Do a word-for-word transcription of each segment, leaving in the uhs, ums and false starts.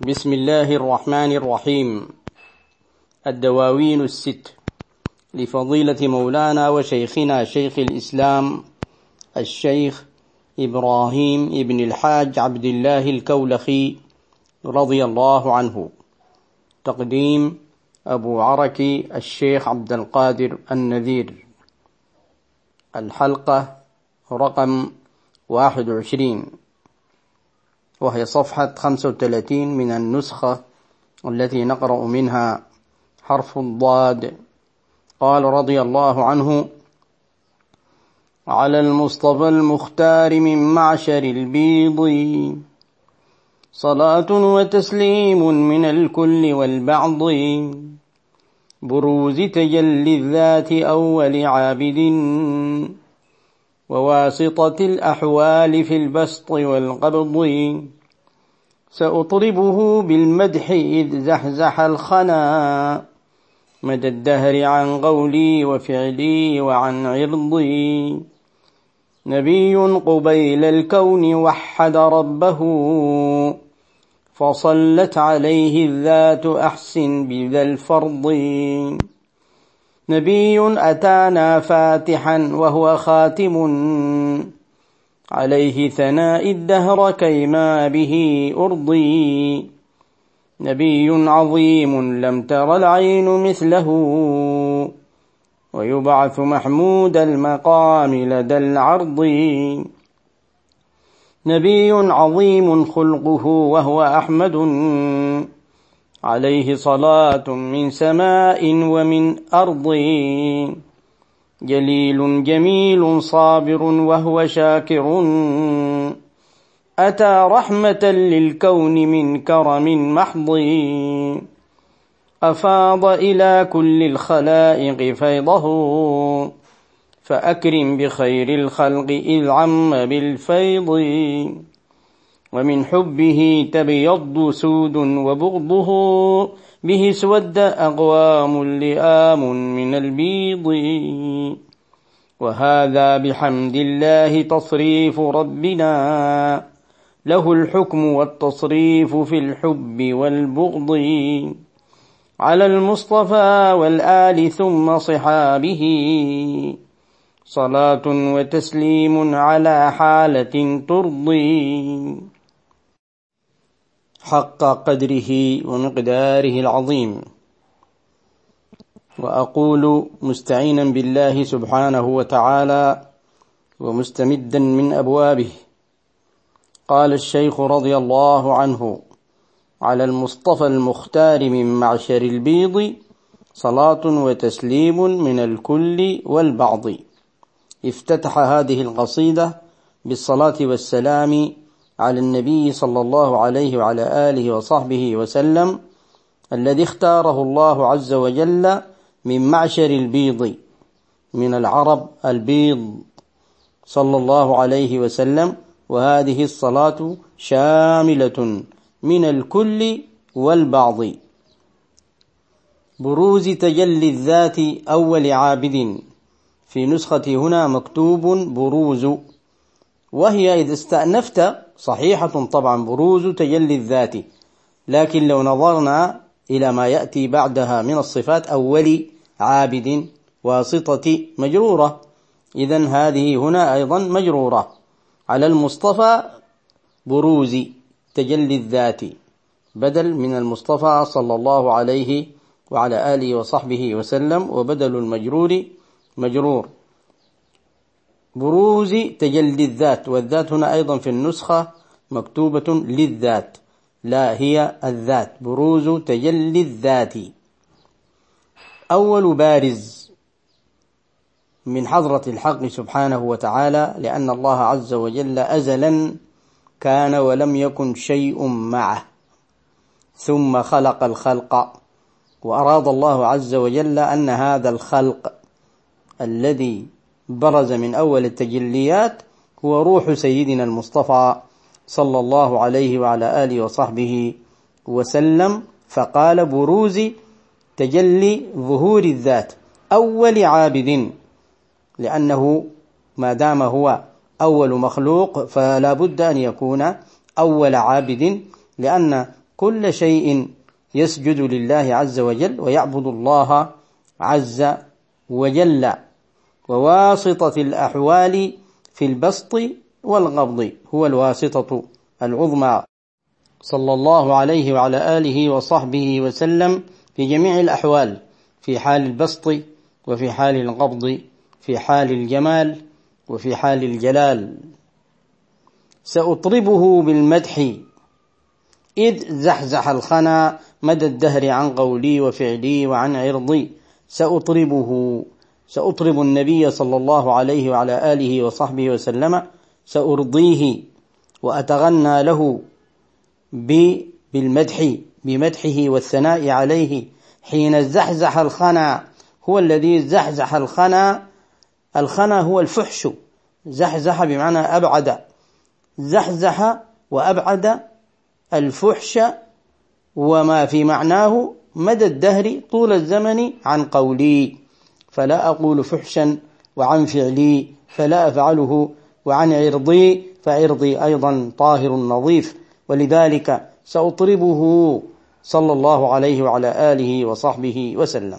بسم الله الرحمن الرحيم. الدواوين الست لفضيلة مولانا وشيخنا شيخ الإسلام الشيخ إبراهيم ابن الحاج عبد الله الكولخي رضي الله عنه. تقديم أبو عركي الشيخ عبد القادر النذير. الحلقة رقم واحد وعشرين، وهي صفحة خمسة وثلاثين من النسخة التي نقرأ منها حرف الضاد. قال رضي الله عنه: على المصطفى المختار من معشر البيض صلاة وتسليم من الكل والبعض، بروز تجلي الذات أول عابد وواسطة الأحوال في البسط والقبض، سأطربه بالمدح إذ زحزح الخنا مدى الدهر عن قولي وفعلي وعن عرضي، نبي قبيل الكون وحد ربه فصلت عليه الذات أحسن بذا الفرض، نبي أتانا فاتحا وهو خاتم عليه ثناء الدهر كيما به أرضي، نبي عظيم لم تر العين مثله ويبعث محمود المقام لدى العرض، نبي عظيم خلقه وهو أحمد عليه صلاة من سماء ومن أرض، جليل جميل صابر وهو شاكر أتى رحمة للكون من كرم محض، أفاض إلى كل الخلائق فيضه فأكرم بخير الخلق إذ عم بالفيض، ومن حبه تبيض سود وبغضه به اسود أقوام لئام من البيض، وهذا بحمد الله تصريف ربنا له الحكم والتصريف في الحب والبغض، على المصطفى والآل ثم صحابه صلاة وتسليم على حالة ترضي، حق قدره ومقداره العظيم. وأقول مستعينا بالله سبحانه وتعالى ومستمدا من أبوابه. قال الشيخ رضي الله عنه: على المصطفى المختار من معشر البيض صلاة وتسليم من الكل والبعض. افتتح هذه القصيدة بالصلاة والسلام على النبي صلى الله عليه وعلى آله وصحبه وسلم، الذي اختاره الله عز وجل من معشر البيض، من العرب البيض صلى الله عليه وسلم، وهذه الصلاة شاملة من الكل والبعض. بروز تجلي الذات أول عابد، في نسخة هنا مكتوب بروز، وهي إذا استأنفت صحيحة طبعا بروز تجلي الذات، لكن لو نظرنا إلى ما يأتي بعدها من الصفات أول عابد واسطة مجرورة، إذن هذه هنا أيضا مجرورة. على المصطفى بروز تجلي الذات بدل من المصطفى صلى الله عليه وعلى آله وصحبه وسلم، وبدل المجرور مجرور. بروز تجلي الذات، والذات هنا أيضا في النسخة مكتوبة للذات لا هي الذات، بروز تجلي الذات. أول بارز من حضرة الحق سبحانه وتعالى، لأن الله عز وجل أزلا كان ولم يكن شيء معه، ثم خلق الخلق، وأراد الله عز وجل أن هذا الخلق الذي برز من أول التجليات هو روح سيدنا المصطفى صلى الله عليه وعلى آله وصحبه وسلم، فقال بروز تجلي ظهور الذات أول عابد، لأنه ما دام هو أول مخلوق فلا بد أن يكون أول عابد، لأن كل شيء يسجد لله عز وجل ويعبد الله عز وجل. وواسطة الأحوال في البسط والقبض هو الواسطة العظمى، صلى الله عليه وعلى آله وصحبه وسلم في جميع الأحوال، في حال البسط وفي حال القبض، في حال الجمال وفي حال الجلال. سأطربه بالمدح إذ زحزح الخنا مدى الدهر عن قولي وفعلي وعن عرضي. سأطربه، سأطرب النبي صلى الله عليه وعلى آله وصحبه وسلم، سأرضيه وأتغنى له بالمدح، بمدحه والثناء عليه حين زحزح الخنا. هو الذي زحزح الخنا، الخنا هو الفحش، زحزح بمعنى أبعد، زحزح وأبعد الفحش وما في معناه مدى الدهر طول الزمن عن قولي، فلا أقول فحشا، وعن فعلي فلا أفعله، وعن عرضي فعرضي أيضا طاهر نظيف. ولذلك سأطربه صلى الله عليه وعلى آله وصحبه وسلم.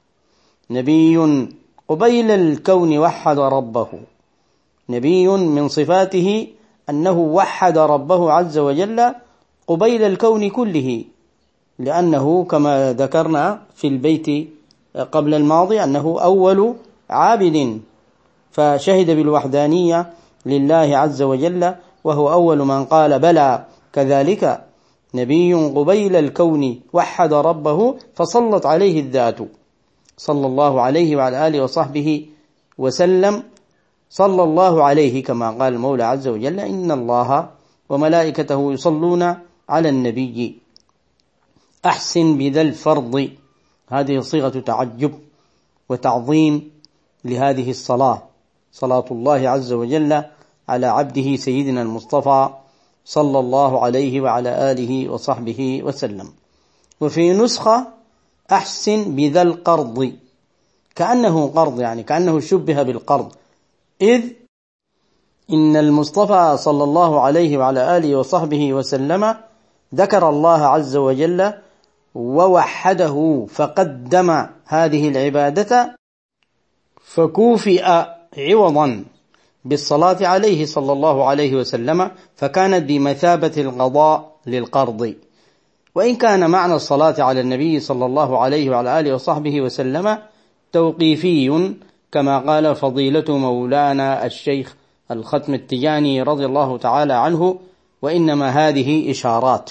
نبي قبيل الكون وحد ربه، نبي من صفاته أنه وحد ربه عز وجل قبيل الكون كله، لأنه كما ذكرنا في البيت قبل الماضي أنه أول عابد، فشهد بالوحدانية لله عز وجل وهو أول من قال بلى. كذلك نبي قبيل الكون وحد ربه فصلت عليه الذات، صلى الله عليه وعلى آله وصحبه وسلم. صلى الله عليه كما قال المولى عز وجل إن الله وملائكته يصلون على النبي. أحسن بذا الفرض، هذه صيغة تعجب وتعظيم لهذه الصلاة، صلاة الله عز وجل على عبده سيدنا المصطفى صلى الله عليه وعلى آله وصحبه وسلم. وفي نسخة أحسن بذا القرض، كأنه قرض، يعني كأنه شبه بالقرض، إذ إن المصطفى صلى الله عليه وعلى آله وصحبه وسلم ذكر الله عز وجل ووحده فقدم هذه العبادة، فكوفئ عوضا بالصلاة عليه صلى الله عليه وسلم، فكانت بمثابة القضاء للقرض. وإن كان معنى الصلاة على النبي صلى الله عليه وعلى آله وصحبه وسلم توقيفي كما قال فضيلة مولانا الشيخ الختم التجاني رضي الله تعالى عنه، وإنما هذه إشارات.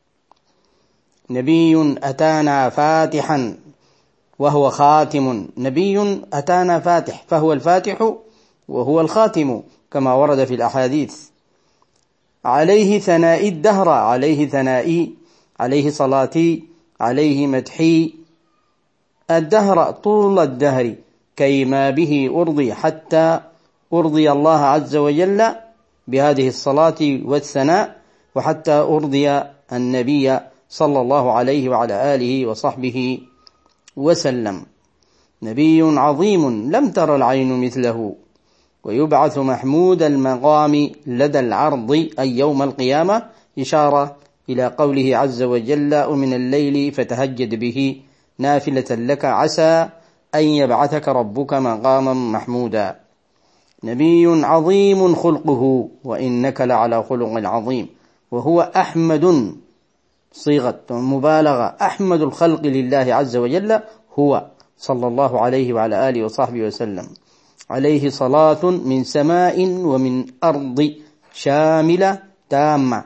نبي أتانا فاتحا وهو خاتم، نبي أتانا فاتح فهو الفاتح وهو الخاتم كما ورد في الأحاديث. عليه ثنائي الدهر، عليه ثنائي، عليه صلاتي، عليه مدحي الدهر طول الدهر، كيما به أرضي، حتى أرضي الله عز وجل بهذه الصلاة والثناء، وحتى أرضي النبي صلى الله عليه وعلى آله وصحبه وسلم. نبي عظيم لم تر العين مثله، ويبعث محمود المقام لدى العرض أي يوم القيامة، إشارة إلى قوله عز وجل ومن الليل فتهجد به نافلة لك عسى أن يبعثك ربك مقاما محمودا. نبي عظيم خلقه وإنك لعلى خلق عظيم، وهو أحمد، صيغة مبالغة، أحمد الخلق لله عز وجل هو صلى الله عليه وعلى آله وصحبه وسلم. عليه صلاة من سماء ومن أرض شاملة تامة،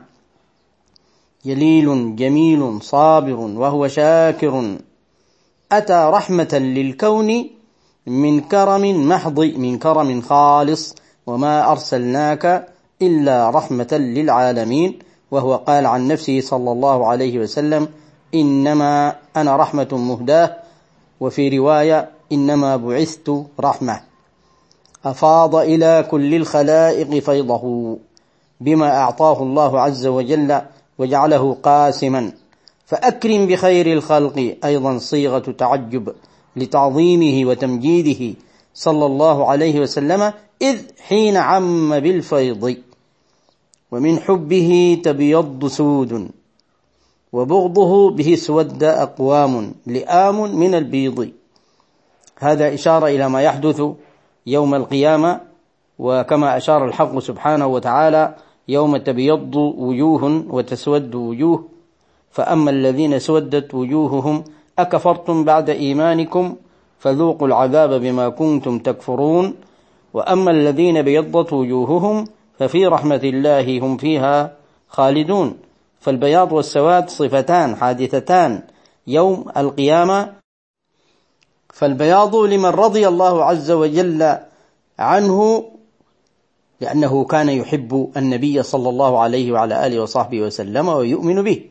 جليل جميل صابر وهو شاكر، أتى رحمة للكون من كرم محض، من كرم خالص، وما أرسلناك إلا رحمة للعالمين. وهو قال عن نفسه صلى الله عليه وسلم إنما أنا رحمة مهداة، وفي رواية إنما بعثت رحمة. أفاض إلى كل الخلائق فيضه بما أعطاه الله عز وجل وجعله قاسما، فأكرم بخير الخلق، أيضا صيغة تعجب لتعظيمه وتمجيده صلى الله عليه وسلم، إذ حين عم بالفيض ومن حبه تبيض سود، وبغضه به اسود أقوام لئام من البيض. هذا إشارة إلى ما يحدث يوم القيامة، وكما أشار الحق سبحانه وتعالى يوم تبيض وجوه وتسود وجوه، فأما الذين سودت وجوههم أكفرتم بعد إيمانكم فذوقوا العذاب بما كنتم تكفرون، وأما الذين بيضت وجوههم ففي رحمة الله هم فيها خالدون. فالبياض والسواد صفتان حادثتان يوم القيامة. فالبياض لمن رضي الله عز وجل عنه لأنه كان يحب النبي صلى الله عليه وعلى آله وصحبه وسلم ويؤمن به،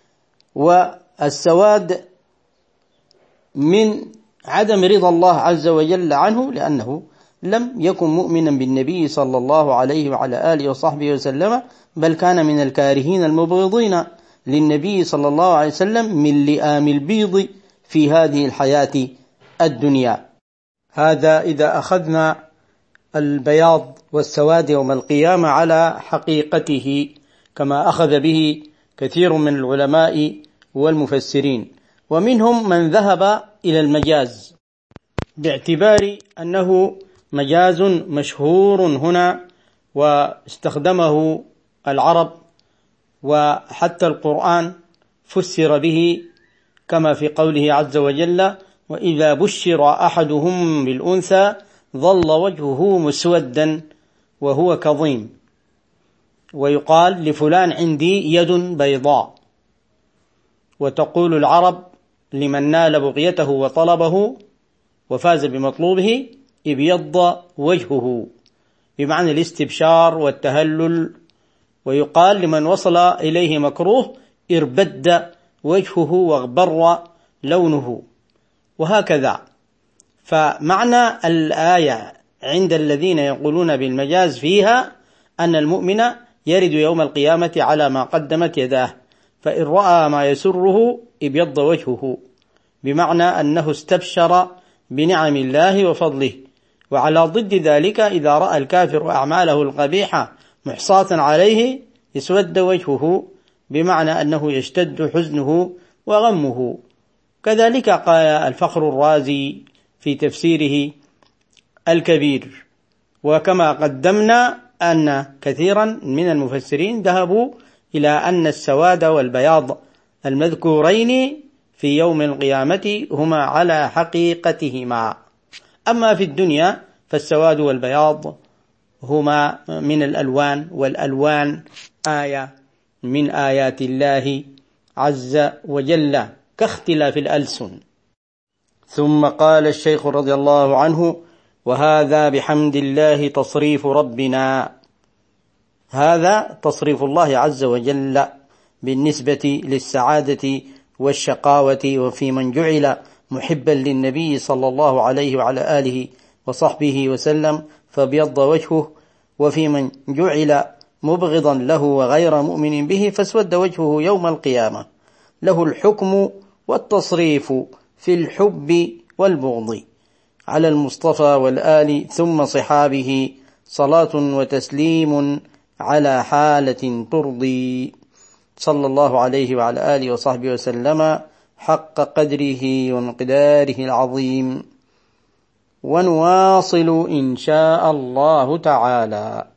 والسواد من عدم رضا الله عز وجل عنه لأنه لم يكن مؤمنا بالنبي صلى الله عليه وعلى آله وصحبه وسلم، بل كان من الكارهين المبغضين للنبي صلى الله عليه وسلم من لئام البيض في هذه الحياة الدنيا. هذا إذا أخذنا البياض والسواد يوم القيامة على حقيقته كما أخذ به كثير من العلماء والمفسرين، ومنهم من ذهب إلى المجاز باعتبار أنه مجاز مشهور هنا واستخدمه العرب، وحتى القرآن فسر به كما في قوله عز وجل: وإذا بشر أحدهم بالأنثى ظل وجهه مسودا وهو كظيم. ويقال لفلان عندي يد بيضاء. وتقول العرب لمن نال بغيته وطلبه وفاز بمطلوبه: ابيض وجهه، بمعنى الاستبشار والتهلل. ويقال لمن وصل إليه مكروه: اربد وجهه واغبر لونه، وهكذا. فمعنى الآية عند الذين يقولون بالمجاز فيها أن المؤمن يرد يوم القيامة على ما قدمت يداه، فإن رأى ما يسره ابيض وجهه، بمعنى أنه استبشر بنعم الله وفضله. وعلى ضد ذلك إذا رأى الكافر أعماله القبيحة محصاة عليه اسود وجهه، بمعنى أنه يشتد حزنه وغمه. كذلك قال الفخر الرازي في تفسيره الكبير. وكما قدمنا أن كثيرا من المفسرين ذهبوا إلى أن السواد والبياض المذكورين في يوم القيامة هما على حقيقتهما. أما في الدنيا فالسواد والبياض هما من الألوان، والألوان آية من آيات الله عز وجل كاختلاف الألسن. ثم قال الشيخ رضي الله عنه: وهذا بحمد الله تصريف ربنا. هذا تصريف الله عز وجل بالنسبة للسعادة والشقاوة، وفي من جعل محبا للنبي صلى الله عليه وعلى آله وصحبه وسلم فابيض وجهه، وفي من جعل مبغضا له وغير مؤمن به فاسود وجهه يوم القيامة. له الحكم والتصريف في الحب والبغض. على المصطفى والآل ثم صحابه صلاة وتسليم على حالة ترضي. صلى الله عليه وعلى آله وصحبه وسلم حق قدره ومقداره العظيم. ونواصل إن شاء الله تعالى.